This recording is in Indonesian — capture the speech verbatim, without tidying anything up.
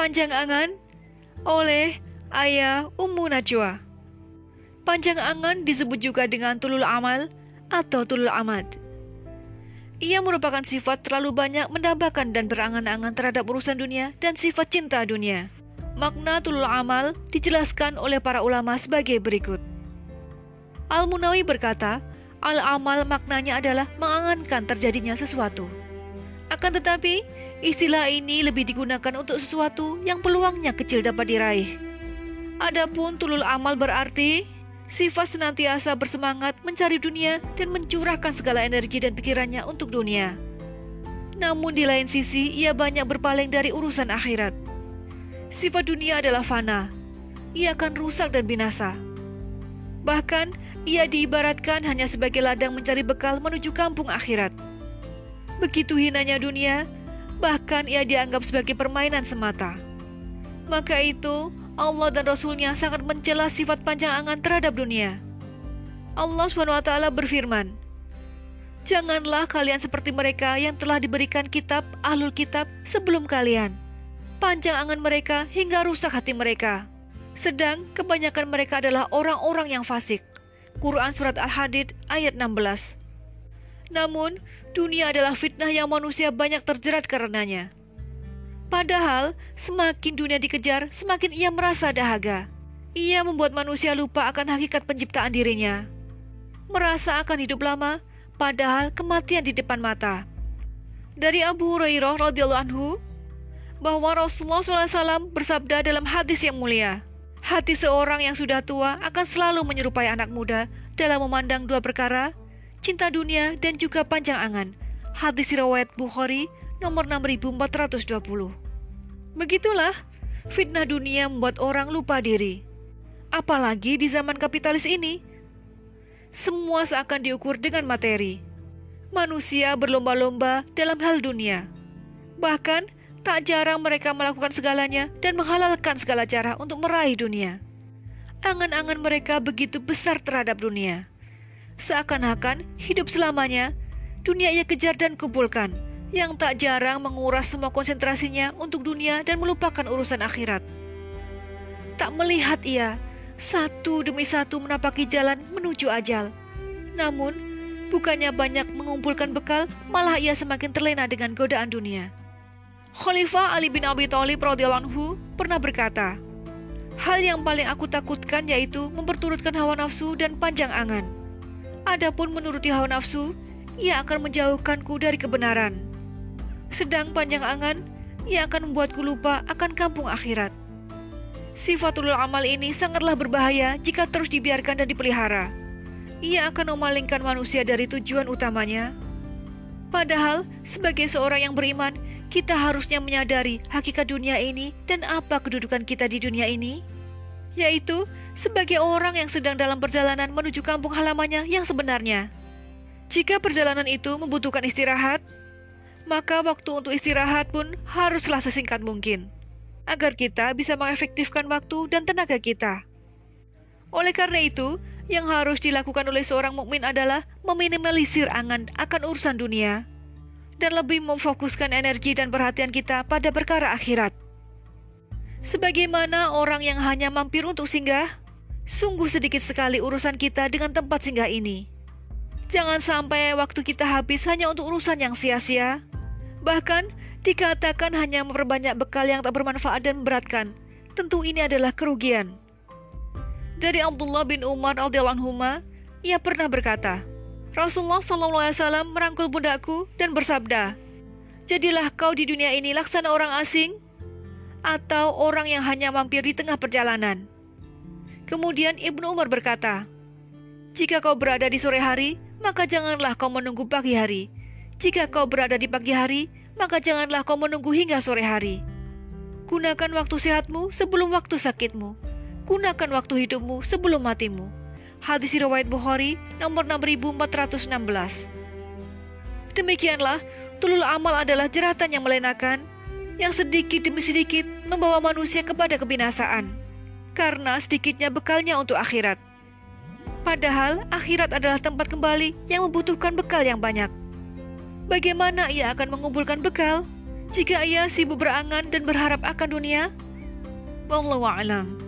Panjang Angan oleh Ayah Ummu Najwa. Panjang angan disebut juga dengan tulul amal atau tulul amad. Ia merupakan sifat terlalu banyak mendambakan dan berangan-angan terhadap urusan dunia dan sifat cinta dunia. Makna tulul amal dijelaskan oleh para ulama sebagai berikut. Al-Munawi berkata, al-amal maknanya adalah mengangankan terjadinya sesuatu. Akan tetapi, istilah ini lebih digunakan untuk sesuatu yang peluangnya kecil dapat diraih. Adapun tulul amal berarti sifat senantiasa bersemangat mencari dunia dan mencurahkan segala energi dan pikirannya untuk dunia. Namun di lain sisi, ia banyak berpaling dari urusan akhirat. Sifat dunia adalah fana. Ia akan rusak dan binasa. Bahkan, ia diibaratkan hanya sebagai ladang mencari bekal menuju kampung akhirat. Begitu hinanya dunia, bahkan ia dianggap sebagai permainan semata. Maka itu, Allah dan Rasul-Nya sangat mencela sifat panjang angan terhadap dunia. Allah subhanahu wa taala berfirman, "Janganlah kalian seperti mereka yang telah diberikan kitab ahlul kitab sebelum kalian. Panjang angan mereka hingga rusak hati mereka. Sedang kebanyakan mereka adalah orang-orang yang fasik." Quran Surat Al-Hadid ayat enam belas. Namun, dunia adalah fitnah yang manusia banyak terjerat karenanya. Padahal, semakin dunia dikejar, semakin ia merasa dahaga. Ia membuat manusia lupa akan hakikat penciptaan dirinya. Merasa akan hidup lama, padahal kematian di depan mata. Dari Abu Hurairah radhiyallahu anhu, bahwa Rasulullah shallallahu alaihi wasallam bersabda dalam hadis yang mulia, hati seorang yang sudah tua akan selalu menyerupai anak muda dalam memandang dua perkara, cinta dunia dan juga panjang angan. Hadis riwayat Bukhari nomor enam ribu empat ratus dua puluh. Begitulah, fitnah dunia membuat orang lupa diri. Apalagi di zaman kapitalis ini, semua seakan diukur dengan materi. Manusia berlomba-lomba dalam hal dunia. Bahkan, tak jarang mereka melakukan segalanya dan menghalalkan segala cara untuk meraih dunia. Angan-angan mereka begitu besar terhadap dunia. Seakan-akan hidup selamanya, dunia ia kejar dan kumpulkan, yang tak jarang menguras semua konsentrasinya untuk dunia dan melupakan urusan akhirat. Tak melihat ia, satu demi satu menapaki jalan menuju ajal. Namun, bukannya banyak mengumpulkan bekal, malah ia semakin terlena dengan godaan dunia. Khalifah Ali bin Abi Thalib radhiyallahu anhu pernah berkata, "Hal yang paling aku takutkan yaitu memperturutkan hawa nafsu dan panjang angan. Adapun menuruti hawa nafsu, ia akan menjauhkanku dari kebenaran. Sedang panjang angan, ia akan membuatku lupa akan kampung akhirat." Sifatul amal ini sangatlah berbahaya jika terus dibiarkan dan dipelihara. Ia akan memalingkan manusia dari tujuan utamanya. Padahal, sebagai seorang yang beriman, kita harusnya menyadari hakikat dunia ini dan apa kedudukan kita di dunia ini, yaitu sebagai orang yang sedang dalam perjalanan menuju kampung halamannya yang sebenarnya. Jika perjalanan itu membutuhkan istirahat, maka waktu untuk istirahat pun haruslah sesingkat mungkin, agar kita bisa mengefektifkan waktu dan tenaga kita. Oleh karena itu, yang harus dilakukan oleh seorang mukmin adalah meminimalisir angan akan urusan dunia, dan lebih memfokuskan energi dan perhatian kita pada perkara akhirat. Sebagaimana orang yang hanya mampir untuk singgah, sungguh sedikit sekali urusan kita dengan tempat singgah ini. Jangan sampai waktu kita habis hanya untuk urusan yang sia-sia. Bahkan, dikatakan hanya memperbanyak bekal yang tak bermanfaat dan memberatkan. Tentu ini adalah kerugian. Dari Abdullah bin Umar radhiyallahu anhuma, ia pernah berkata, Rasulullah shallallahu alaihi wasallam merangkul pundakku dan bersabda, "Jadilah kau di dunia ini laksana orang asing, atau orang yang hanya mampir di tengah perjalanan." Kemudian Ibnu Umar berkata, "Jika kau berada di sore hari, maka janganlah kau menunggu pagi hari. Jika kau berada di pagi hari, maka janganlah kau menunggu hingga sore hari. Gunakan waktu sehatmu sebelum waktu sakitmu. Gunakan waktu hidupmu sebelum matimu." Hadis riwayat Bukhari nomor enam ribu empat ratus enam belas. Demikianlah, tulul amal adalah jeratan yang melenakan, yang sedikit demi sedikit membawa manusia kepada kebinasaan, karena sedikitnya bekalnya untuk akhirat. Padahal akhirat adalah tempat kembali yang membutuhkan bekal yang banyak. Bagaimana ia akan mengumpulkan bekal jika ia sibuk berangan dan berharap akan dunia? Wallahu a'lam.